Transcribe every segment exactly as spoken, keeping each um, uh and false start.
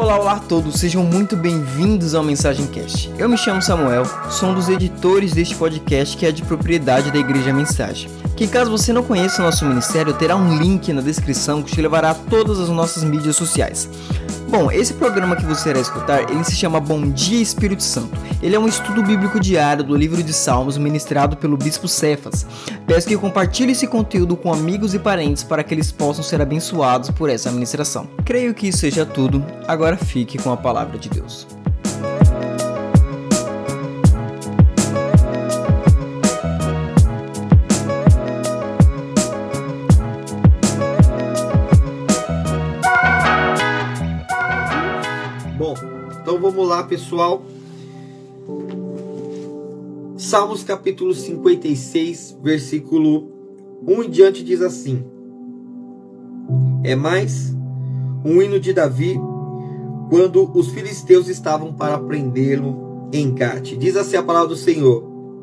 Olá, olá a todos, sejam muito bem-vindos ao Mensagem Cast. Eu me chamo Samuel, sou um dos editores deste podcast que é de propriedade da Igreja Mensagem. Que caso você não conheça o nosso ministério, terá um link na descrição que te levará a todas as nossas mídias sociais. Bom, esse programa que você irá escutar, ele se chama Bom Dia Espírito Santo. Ele é um estudo bíblico diário do livro de Salmos ministrado pelo Bispo Cefas. Peço que compartilhe esse conteúdo com amigos e parentes para que eles possam ser abençoados por essa ministração. Creio que isso seja tudo, agora fique com a palavra de Deus. Bom, então vamos lá, pessoal. Salmos capítulo cinquenta e seis, versículo um em diante diz assim: É mais um hino de Davi, quando os filisteus estavam para prendê-lo em Gate. Diz assim a palavra do Senhor: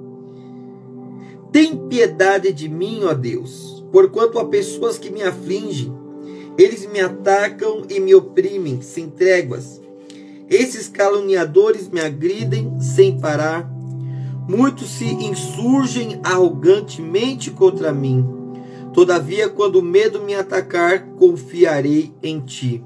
Tem piedade de mim, ó Deus, porquanto há pessoas que me afligem. Eles me atacam e me oprimem sem tréguas. Esses caluniadores me agridem sem parar. Muitos se insurgem arrogantemente contra mim. Todavia, quando o medo me atacar, confiarei em ti.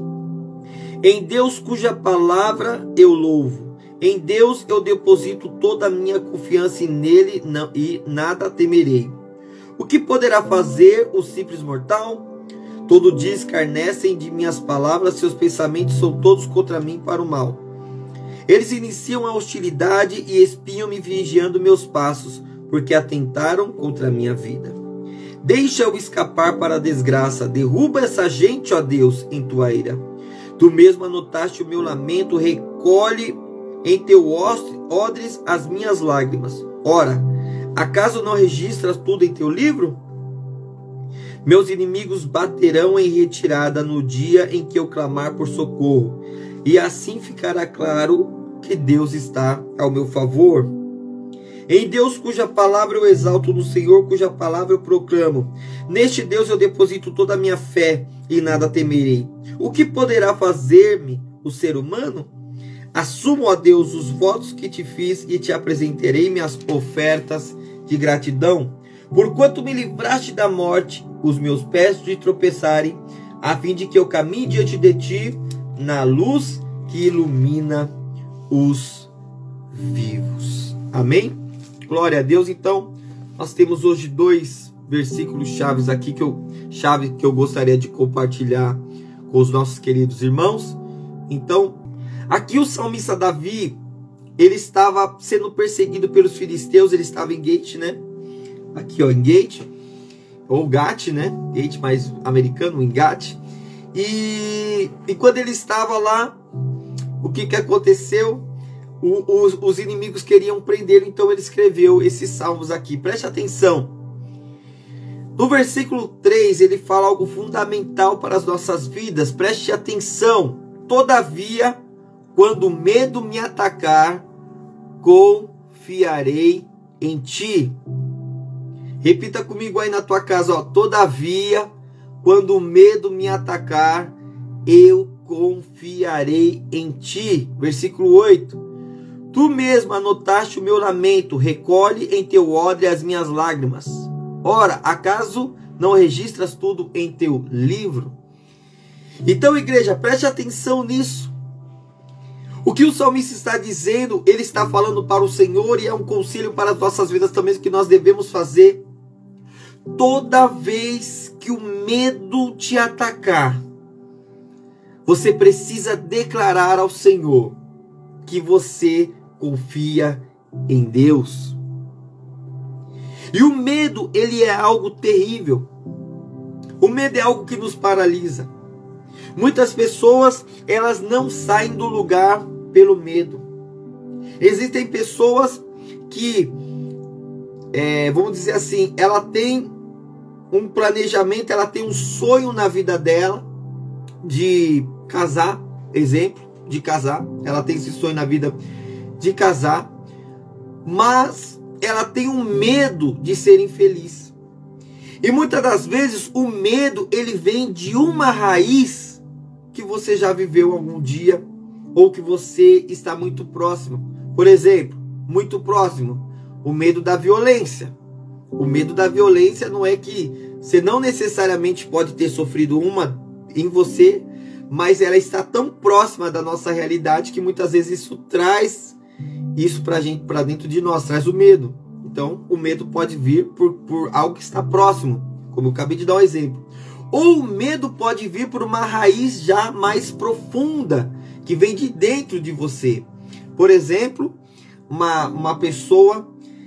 Em Deus, cuja palavra eu louvo. Em Deus eu deposito toda a minha confiança, e nele não, e nada temerei. O que poderá fazer o simples mortal? Todo dia escarnecem de minhas palavras, seus pensamentos são todos contra mim para o mal. Eles iniciam a hostilidade e espiam-me vigiando meus passos, porque atentaram contra a minha vida. Deixa-o escapar para a desgraça, derruba essa gente, ó Deus, em tua ira. Tu mesmo anotaste o meu lamento, recolhe em teu odres as minhas lágrimas. Ora, acaso não registras tudo em teu livro? Meus inimigos baterão em retirada no dia em que eu clamar por socorro, e assim ficará claro que Deus está ao meu favor. Em Deus, cuja palavra eu exalto, no Senhor, cuja palavra eu proclamo. Neste Deus eu deposito toda a minha fé, e nada temerei. O que poderá fazer-me o ser humano? Assumo, ó Deus, os votos que te fiz, e te apresentarei minhas ofertas de gratidão. Porquanto me livraste da morte, os meus pés de tropeçarem, a fim de que eu caminhe diante de ti na luz que ilumina os vivos. Amém? Glória a Deus. Então, nós temos hoje dois versículos chaves aqui que eu, chave que eu gostaria de compartilhar com os nossos queridos irmãos. Então, aqui o salmista Davi, ele estava sendo perseguido pelos filisteus, ele estava em Gate, né? Aqui, ó, em Gate, ou Gate, né? Gate mais americano, em Gate. E, e quando ele estava lá, o que que aconteceu? O, os, os inimigos queriam prendê-lo, então ele escreveu esses salmos aqui. Preste atenção. No versículo três, ele fala algo fundamental para as nossas vidas. Preste atenção. Todavia, quando o medo me atacar, confiarei em ti. Repita comigo aí na tua casa, ó. Todavia, quando o medo me atacar, eu confiarei em ti. Versículo oito. Tu mesmo anotaste o meu lamento, recolhe em teu odre as minhas lágrimas. Ora, acaso não registras tudo em teu livro? Então, igreja, preste atenção nisso. O que o salmista está dizendo, ele está falando para o Senhor, e é um conselho para as nossas vidas também que nós devemos fazer. Toda vez que o medo te atacar, você precisa declarar ao Senhor que você confia em Deus. E o medo, ele é algo terrível. O medo é algo que nos paralisa. Muitas pessoas, elas não saem do lugar pelo medo. Existem pessoas que, é, vamos dizer assim, ela tem um planejamento, ela tem um sonho na vida dela de casar, exemplo, de casar. Ela tem esse sonho na vida de casar, mas ela tem um medo de ser infeliz. E muitas das vezes o medo, ele vem de uma raiz que você já viveu algum dia ou que você está muito próximo. Por exemplo, muito próximo, o medo da violência. O medo da violência não é que você não necessariamente pode ter sofrido uma em você, mas ela está tão próxima da nossa realidade que muitas vezes isso traz isso para gente, para dentro de nós, traz o medo. Então, o medo pode vir por, por algo que está próximo, como eu acabei de dar um exemplo. Ou o medo pode vir por uma raiz já mais profunda, que vem de dentro de você. Por exemplo, uma, uma pessoa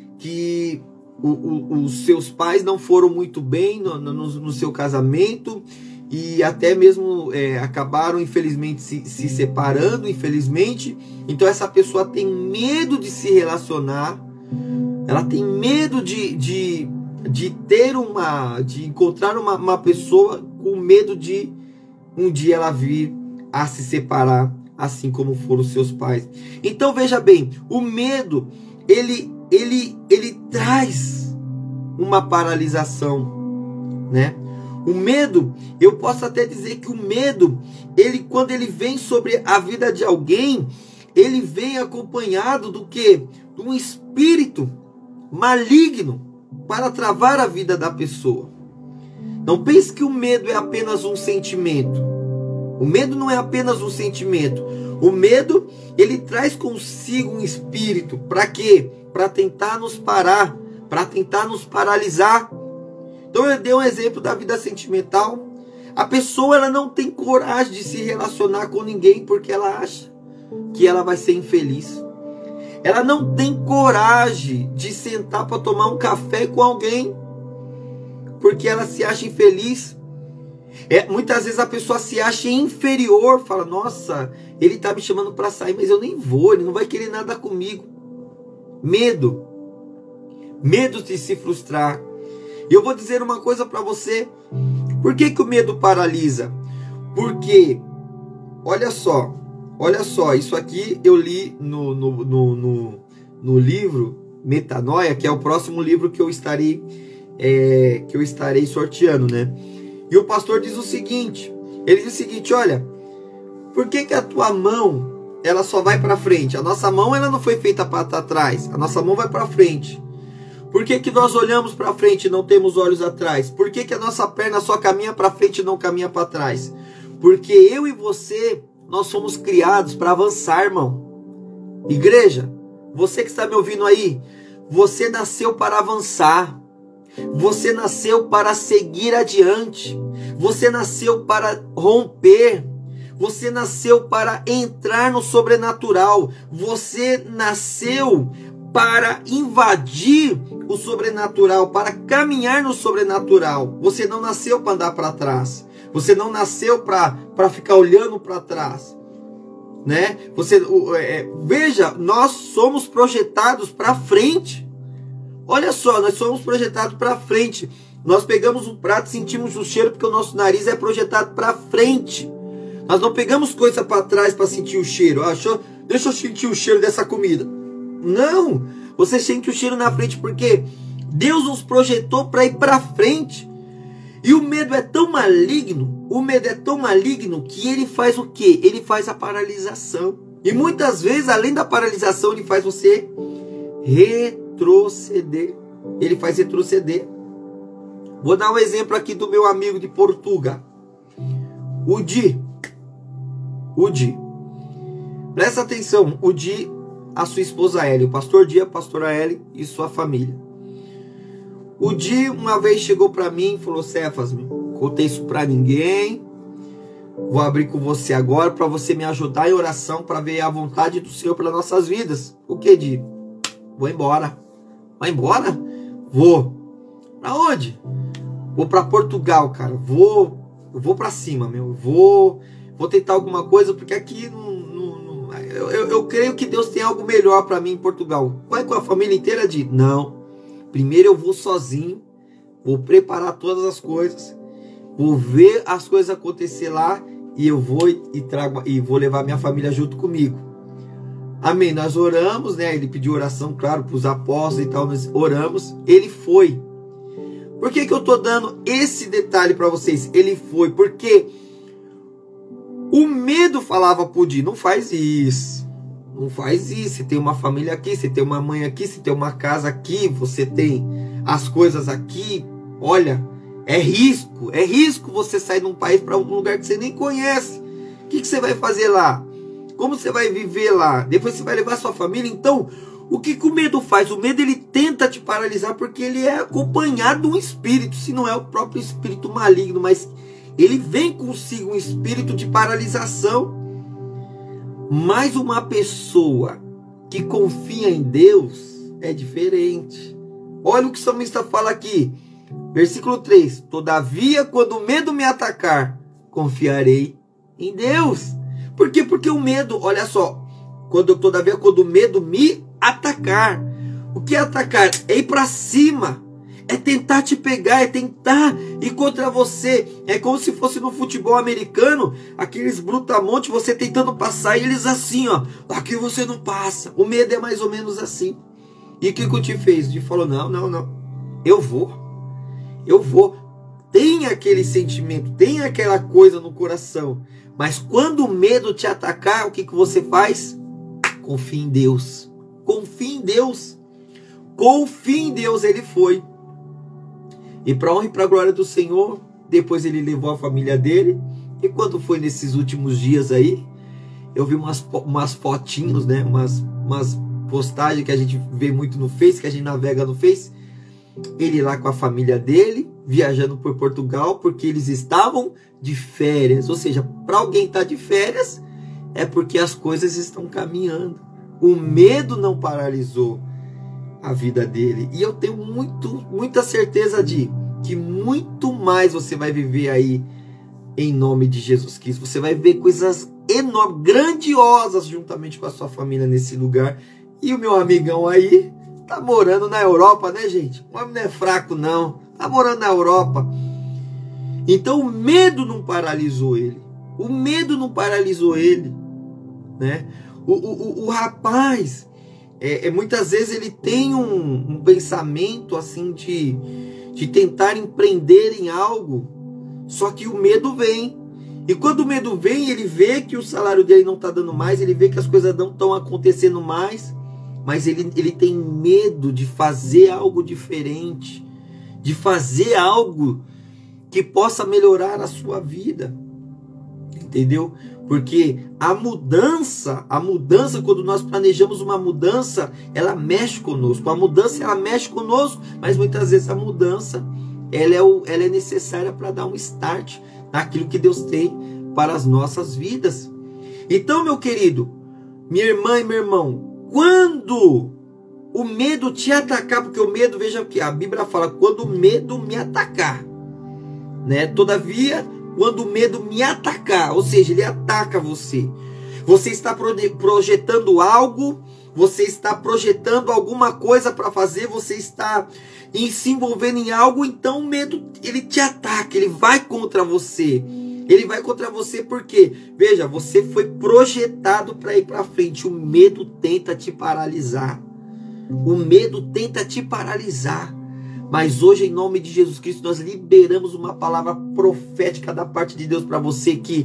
que o, o, os seus pais não foram muito bem no, no, no seu casamento, e até mesmo é, acabaram, infelizmente, se, se separando, infelizmente. Então essa pessoa tem medo de se relacionar, ela tem medo de, de, de ter uma, de encontrar uma, uma pessoa, com medo de um dia ela vir a se separar, assim como foram os seus pais. Então veja bem, o medo, ele, ele, ele traz uma paralisação, né? O medo, eu posso até dizer que o medo, ele, quando ele vem sobre a vida de alguém, ele vem acompanhado do quê? De um espírito maligno para travar a vida da pessoa. Não pense que o medo é apenas um sentimento. O medo não é apenas um sentimento. O medo, ele traz consigo um espírito. Para quê? Para tentar nos parar, para tentar nos paralisar. Então eu dei um exemplo da vida sentimental. A pessoa, ela não tem coragem de se relacionar com ninguém porque ela acha que ela vai ser infeliz. Ela não tem coragem de sentar para tomar um café com alguém porque ela se acha infeliz. É, muitas vezes a pessoa se acha inferior, fala, nossa, ele está me chamando para sair, mas eu nem vou, ele não vai querer nada comigo. Medo. Medo de se frustrar. E eu vou dizer uma coisa para você. Por que que o medo paralisa? Porque, olha só, olha só, isso aqui eu li no, no, no, no, no livro Metanoia, que é o próximo livro que eu estarei, é, que eu estarei sorteando, né? E o pastor diz o seguinte, ele diz o seguinte, olha, por que que a tua mão, ela só vai para frente? A nossa mão, ela não foi feita para estar atrás, a nossa mão vai para frente. Por que que nós olhamos para frente e não temos olhos atrás? Por que que a nossa perna só caminha para frente e não caminha para trás? Porque eu e você, nós somos criados para avançar, irmão. Igreja, você que está me ouvindo aí, você nasceu para avançar. Você nasceu para seguir adiante. Você nasceu para romper. Você nasceu para entrar no sobrenatural. Você nasceu para invadir o sobrenatural, para caminhar no sobrenatural. Você não nasceu para andar para trás. Você não nasceu para para ficar olhando para trás, né? Você é, veja, nós somos projetados para frente. Olha só, nós somos projetados para frente. Nós pegamos um prato, sentimos o cheiro porque o nosso nariz é projetado para frente. Nós não pegamos coisa para trás para sentir o cheiro. Ah, deixa, deixa eu sentir o cheiro dessa comida. Não, você sente o cheiro na frente porque Deus nos projetou para ir para frente. E o medo é tão maligno, o medo é tão maligno que ele faz o quê? Ele faz a paralisação. E muitas vezes, além da paralisação, ele faz você retroceder. Ele faz retroceder. Vou dar um exemplo aqui do meu amigo de Portugal, o Di. O Di. Presta atenção, o Di, a sua esposa Ellie, o pastor Di, a pastora Ellie e sua família. O Di uma vez chegou para mim e falou, Cefas, contei isso para ninguém, vou abrir com você agora para você me ajudar em oração para ver a vontade do Senhor pelas nossas vidas. O que, Di? Vou embora. Vai embora? Vou. Para onde? Vou para Portugal, cara. Vou, eu vou para cima, meu. Vou, vou tentar alguma coisa porque aqui não, não, não eu, eu, eu creio que Deus tem algo melhor para mim em Portugal. Vai com a família inteira, Di? Não. Primeiro eu vou sozinho, vou preparar todas as coisas, vou ver as coisas acontecer lá e eu vou e trago e vou levar minha família junto comigo. Amém. Nós oramos, né? Ele pediu oração, claro, para os apóstolos e tal, nós oramos. Ele foi. Por que que eu tô dando esse detalhe para vocês? Ele foi porque O medo falava pro Di, não faz isso. Não faz isso. Você tem uma família aqui, você tem uma mãe aqui, você tem uma casa aqui, você tem as coisas aqui. Olha, é risco. É risco você sair de um país para um lugar que você nem conhece. O que, que você vai fazer lá? Como você vai viver lá? Depois você vai levar sua família. Então, o que, que o medo faz? O medo, ele tenta te paralisar porque ele é acompanhado de um espírito. Se não é o próprio espírito maligno, mas ele vem consigo um espírito de paralisação. Mas uma pessoa que confia em Deus é diferente. Olha o que o salmista fala aqui. Versículo três. Todavia, quando o medo me atacar, confiarei em Deus. Por quê? Porque o medo, olha só. Quando, todavia, quando o medo me atacar. O que é atacar? É ir para cima. É tentar te pegar, é tentar ir contra você. É como se fosse no futebol americano, aqueles brutamontes, você tentando passar e eles assim, ó. Aqui você não passa. O medo é mais ou menos assim. E o que que o Ti fez? O Ti falou, não, não, não. Eu vou. Eu vou. Tem aquele sentimento, tem aquela coisa no coração. Mas quando o medo te atacar, o que que você faz? Confia em Deus. Confia em Deus. Confia em Deus, ele foi. E para honra e para a glória do Senhor, depois ele levou a família dele. E quando foi nesses últimos dias aí, eu vi umas, umas fotinhos, né? Umas, umas postagens que a gente vê muito no Face, que a gente navega no Face. Ele lá com a família dele, viajando por Portugal, porque eles estavam de férias. Ou seja, para alguém estar de férias, é porque as coisas estão caminhando. O medo não paralisou a vida dele. E eu tenho muito, muita certeza de que muito mais você vai viver aí em nome de Jesus Cristo. Você vai ver coisas enormes, grandiosas juntamente com a sua família nesse lugar. E o meu amigão aí tá morando na Europa, né, gente? O homem não é fraco, não. Tá morando na Europa. Então o medo não paralisou ele. O medo não paralisou ele, né? O, o, o, o rapaz... É, é, muitas vezes ele tem um, um pensamento assim de, de tentar empreender em algo, só que o medo vem. E quando o medo vem, ele vê que o salário dele não está dando mais, ele vê que as coisas não estão acontecendo mais, mas ele, ele tem medo de fazer algo diferente, de fazer algo que possa melhorar a sua vida. Entendeu? Porque a mudança, a mudança, quando nós planejamos uma mudança, ela mexe conosco. A mudança, ela mexe conosco, mas muitas vezes a mudança, ela é, o, ela é necessária para dar um start naquilo que Deus tem para as nossas vidas. Então, meu querido, minha irmã e meu irmão, quando o medo te atacar, porque o medo, veja o que a Bíblia fala, quando o medo me atacar, né? Todavia, quando o medo me atacar, ou seja, ele ataca você. Você está projetando algo, você está projetando alguma coisa para fazer, você está em, se envolvendo em algo, então o medo, ele te ataca, ele vai contra você. Ele vai contra você porque, veja, você foi projetado para ir para frente. O medo tenta te paralisar. O medo tenta te paralisar. Mas hoje, em nome de Jesus Cristo, nós liberamos uma palavra profética da parte de Deus para você que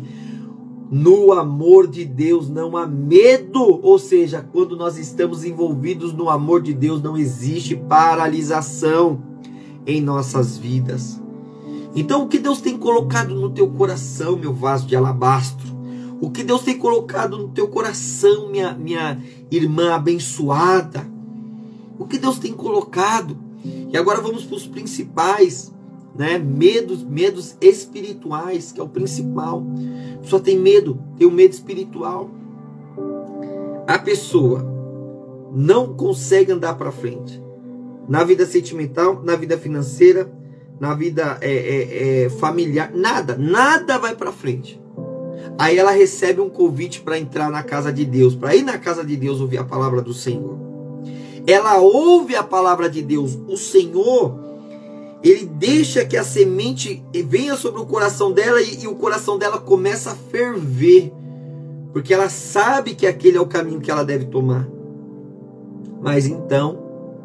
no amor de Deus não há medo. Ou seja, quando nós estamos envolvidos no amor de Deus, não existe paralisação em nossas vidas. Então, o que Deus tem colocado no teu coração, meu vaso de alabastro? O que Deus tem colocado no teu coração, minha, minha irmã abençoada? O que Deus tem colocado? E agora vamos para os principais, né? Medos, medos espirituais, que é o principal. A pessoa tem medo, tem um medo espiritual. A pessoa não consegue andar para frente. Na vida sentimental, na vida financeira, na vida é, é, é, familiar, nada, nada vai para frente. Aí ela recebe um convite para entrar na casa de Deus, para ir na casa de Deus ouvir a palavra do Senhor. Ela ouve a palavra de Deus. O Senhor, ele deixa que a semente venha sobre o coração dela e, e o coração dela começa a ferver. Porque ela sabe que aquele é o caminho que ela deve tomar. Mas então,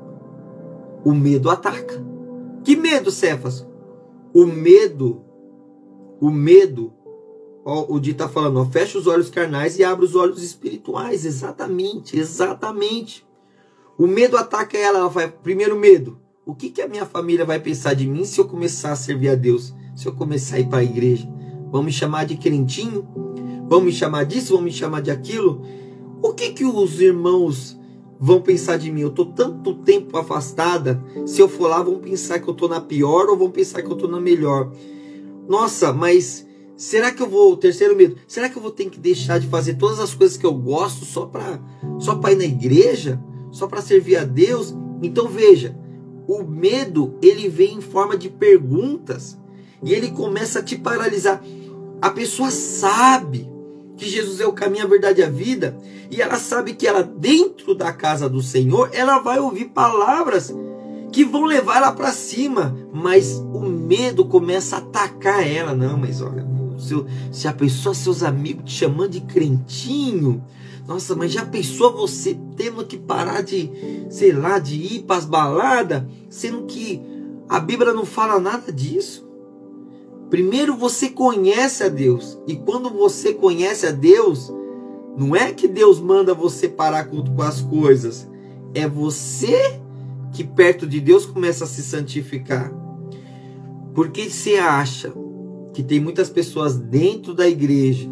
o medo ataca. Que medo, Cefas? O medo, o medo Ó, o Di está falando, ó, fecha os olhos carnais e abre os olhos espirituais. Exatamente, exatamente. O medo ataca ela, ela vai, primeiro medo. O que, que a minha família vai pensar de mim se eu começar a servir a Deus? Se eu começar a ir para a igreja? Vão me chamar de crentinho? Vão me chamar disso? Vão me chamar de aquilo? O que, que os irmãos vão pensar de mim? Eu estou tanto tempo afastada. Se eu for lá, vão pensar que eu estou na pior ou vão pensar que eu estou na melhor? Nossa, mas será que eu vou... Terceiro medo. Será que eu vou ter que deixar de fazer todas as coisas que eu gosto só para só para ir na igreja? Só para servir a Deus? Então veja, o medo, ele vem em forma de perguntas e ele começa a te paralisar. A pessoa sabe que Jesus é o caminho, a verdade e a vida, e ela sabe que ela, dentro da casa do Senhor, ela vai ouvir palavras que vão levar ela para cima, mas o medo começa a atacar ela. Não, mas olha, se, se a pessoa, seus amigos te chamando de crentinho, nossa, mas já pensou você tendo que parar de, sei lá, de ir para as baladas, sendo que a Bíblia não fala nada disso? Primeiro você conhece a Deus, e quando você conhece a Deus, não é que Deus manda você parar com, com as coisas, é você que perto de Deus começa a se santificar. Porque você acha que tem muitas pessoas dentro da igreja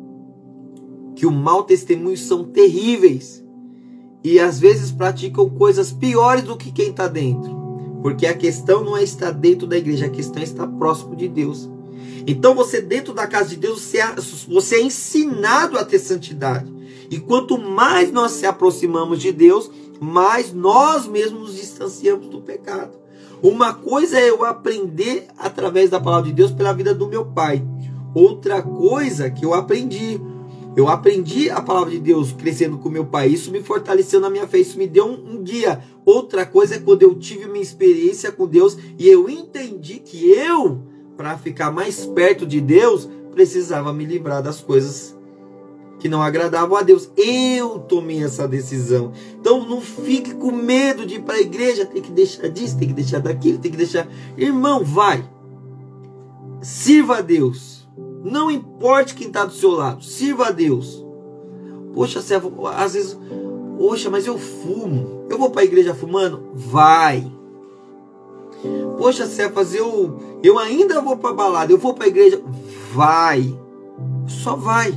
que o mau testemunho são terríveis e às vezes praticam coisas piores do que quem está dentro? Porque a questão não é estar dentro da igreja, a questão é estar próximo de Deus. Então você, dentro da casa de Deus, você é, você é ensinado a ter santidade. E quanto mais nós se aproximamos de Deus, mais nós mesmos nos distanciamos do pecado. Uma coisa é eu aprender através da palavra de Deus pela vida do meu pai. Outra coisa que eu aprendi, eu aprendi a palavra de Deus crescendo com meu pai. Isso me fortaleceu na minha fé, isso me deu um, um guia. Outra coisa é quando eu tive minha experiência com Deus e eu entendi que eu, para ficar mais perto de Deus, precisava me livrar das coisas que não agradavam a Deus. Eu tomei essa decisão. Então não fique com medo de ir para a igreja. Tem que deixar disso, tem que deixar daquilo, tem que deixar... Irmão, vai. Sirva a Deus. Não importe quem está do seu lado. Sirva a Deus. Poxa, servo, às vezes... Poxa, mas eu fumo. Eu vou para a igreja fumando? Vai. Poxa, Cefas, eu, eu ainda vou para a balada. Eu vou para a igreja? Vai. Só vai.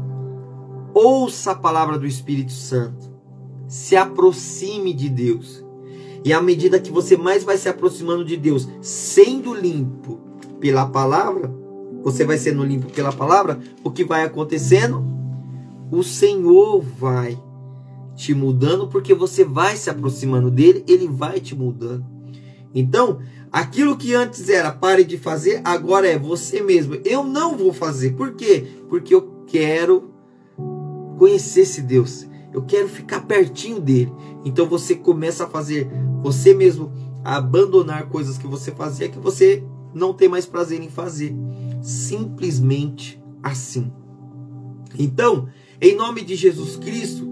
Ouça a palavra do Espírito Santo. Se aproxime de Deus. E à medida que você mais vai se aproximando de Deus, sendo limpo pela palavra, você vai sendo limpo pela palavra, o que vai acontecendo? O Senhor vai te mudando, porque você vai se aproximando dele, ele vai te mudando. Então, aquilo que antes era pare de fazer, agora é você mesmo. Eu não vou fazer. Por quê? Porque eu quero conhecer esse Deus, eu quero ficar pertinho dele. Então você começa a fazer você mesmo, a abandonar coisas que você fazia que você não tem mais prazer em fazer, simplesmente assim. Então, em nome de Jesus Cristo,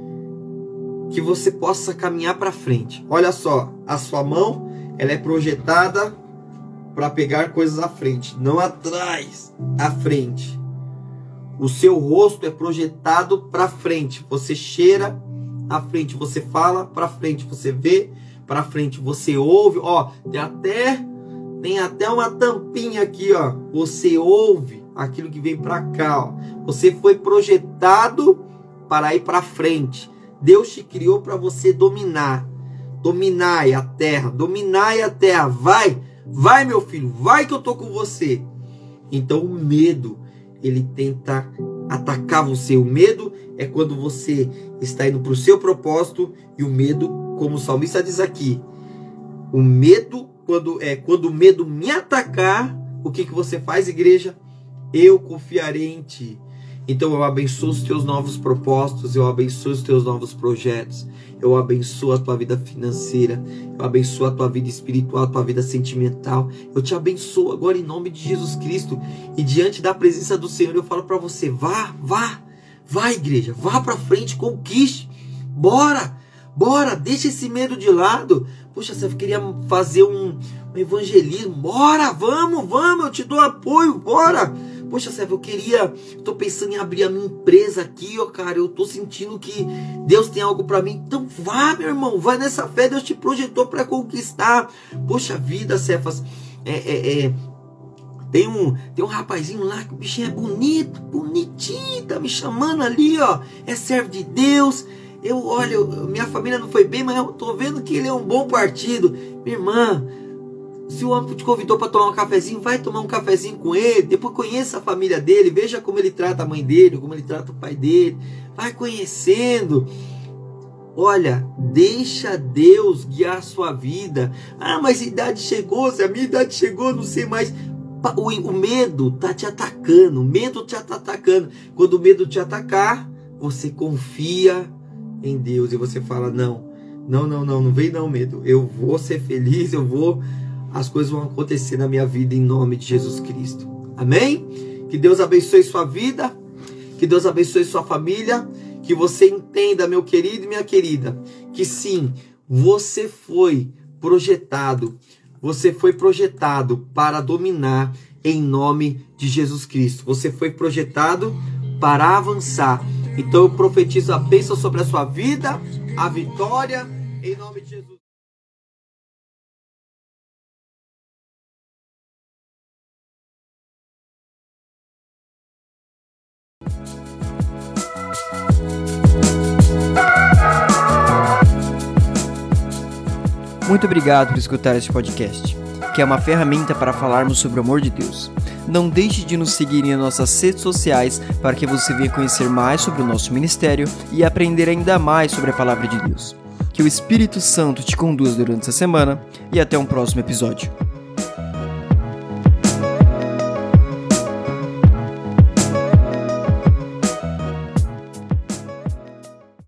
que você possa caminhar para frente. Olha só, a sua mão, ela é projetada para pegar coisas à frente, não atrás, à frente. O seu rosto é projetado para frente. Você cheira à frente, você fala para frente, você vê para frente, você ouve. Ó, tem até tem até uma tampinha aqui, ó. Você ouve aquilo que vem para cá, ó. Você foi projetado para ir para frente. Deus te criou para você dominar. Dominai a terra, dominai a terra. Vai, vai, meu filho, vai que eu tô com você. Então o medo, ele tenta atacar você. O medo é quando você está indo para o seu propósito, e o medo, como o salmista diz aqui, o medo, quando é quando o medo me atacar, o que, que você faz, igreja? Eu confiarei em ti. Então eu abençoo os teus novos propósitos, eu abençoo os teus novos projetos, eu abençoo a tua vida financeira, eu abençoo a tua vida espiritual, a tua vida sentimental. Eu te abençoo agora em nome de Jesus Cristo. E diante da presença do Senhor eu falo para você, vá, vá, vá, igreja, vá para frente, conquiste, bora, bora, deixa esse medo de lado. Poxa, você queria fazer um, um evangelismo, bora, vamos, vamos, eu te dou apoio, bora, Poxa, Cefas, eu queria, tô pensando em abrir a minha empresa aqui, ó, cara, eu tô sentindo que Deus tem algo para mim. Então vá, meu irmão, vai nessa fé, Deus te projetou para conquistar. Poxa vida, Cefas, é, é, é, tem um, tem um rapazinho lá que o bichinho é bonito, bonitinho, tá me chamando ali, ó, é servo de Deus. Eu, olha, eu, minha família não foi bem, mas eu tô vendo que ele é um bom partido. Minha irmã, se o homem te convidou para tomar um cafezinho, vai tomar um cafezinho com ele. Depois conheça a família dele, veja como ele trata a mãe dele, como ele trata o pai dele. Vai conhecendo. Olha, deixa Deus guiar a sua vida. Ah, mas a idade chegou, se a minha idade chegou, não sei mais. O, o medo tá te atacando, o medo te tá atacando. Quando o medo te atacar, você confia em Deus e você fala, não, não, não, não, não vem não, medo. Eu vou ser feliz, eu vou... As coisas vão acontecer na minha vida em nome de Jesus Cristo. Amém? Que Deus abençoe sua vida. Que Deus abençoe sua família. Que você entenda, meu querido e minha querida, que sim, você foi projetado. Você foi projetado para dominar em nome de Jesus Cristo. Você foi projetado para avançar. Então eu profetizo a bênção sobre a sua vida, a vitória, em nome de Jesus. Muito obrigado por escutar este podcast, que é uma ferramenta para falarmos sobre o amor de Deus. Não deixe de nos seguir em nossas redes sociais para que você venha conhecer mais sobre o nosso ministério e aprender ainda mais sobre a palavra de Deus. Que o Espírito Santo te conduza durante essa semana e até um próximo episódio.